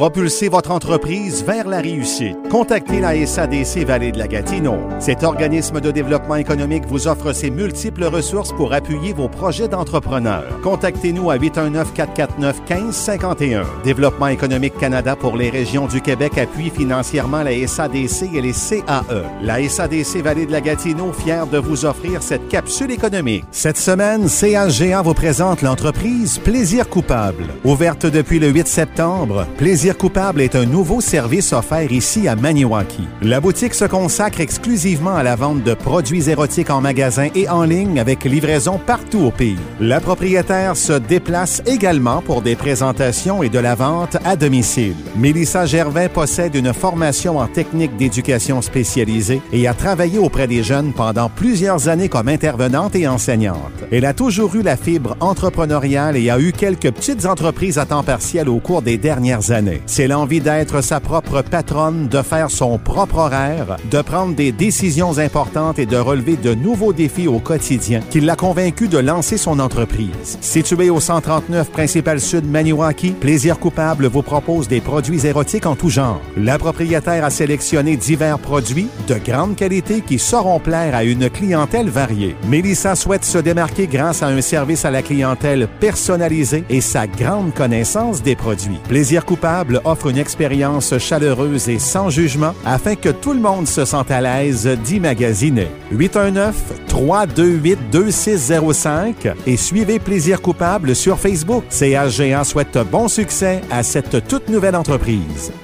propulser votre entreprise vers la réussite. Contactez la SADC Vallée de la Gatineau. Cet organisme de développement économique vous offre ses multiples ressources pour appuyer vos projets d'entrepreneurs. Contactez-nous à 819-449-1551. Développement économique Canada pour les régions du Québec appuie financièrement la SADC et les CAE. La SADC Vallée de la Gatineau, fière de vous offrir cette capsule économique. Cette semaine, CHGA vous présente l'entreprise Plaisir Coupable. Ouverte depuis le 8 septembre, Plaisir Coupable est un nouveau service offert ici à Maniwaki. La boutique se consacre exclusivement à la vente de produits érotiques en magasin et en ligne avec livraison partout au pays. La propriétaire se déplace également pour des présentations et de la vente à domicile. Mélissa Gervais possède une formation en technique d'éducation spécialisée et a travaillé auprès des jeunes pendant plusieurs années comme intervenante et enseignante. Elle a toujours eu la fibre entrepreneuriale et a eu quelques petites entreprises à temps partiel au cours des dernières années. C'est l'envie d'être sa propre patronne, de faire son propre horaire, de prendre des décisions importantes et de relever de nouveaux défis au quotidien qui l'a convaincu de lancer son entreprise. Située au 139 Principal Sud Maniwaki, Plaisir Coupable vous propose des produits érotiques en tout genre. La propriétaire a sélectionné divers produits de grande qualité qui sauront plaire à une clientèle variée. Mélissa souhaite se démarquer grâce à un service à la clientèle personnalisé et sa grande connaissance des produits. Plaisir Coupable offre une expérience chaleureuse et sans jugement afin que tout le monde se sente à l'aise d'y magasiner. 819-328-2605 et suivez Plaisir Coupable sur Facebook. CHGA souhaite bon succès à cette toute nouvelle entreprise.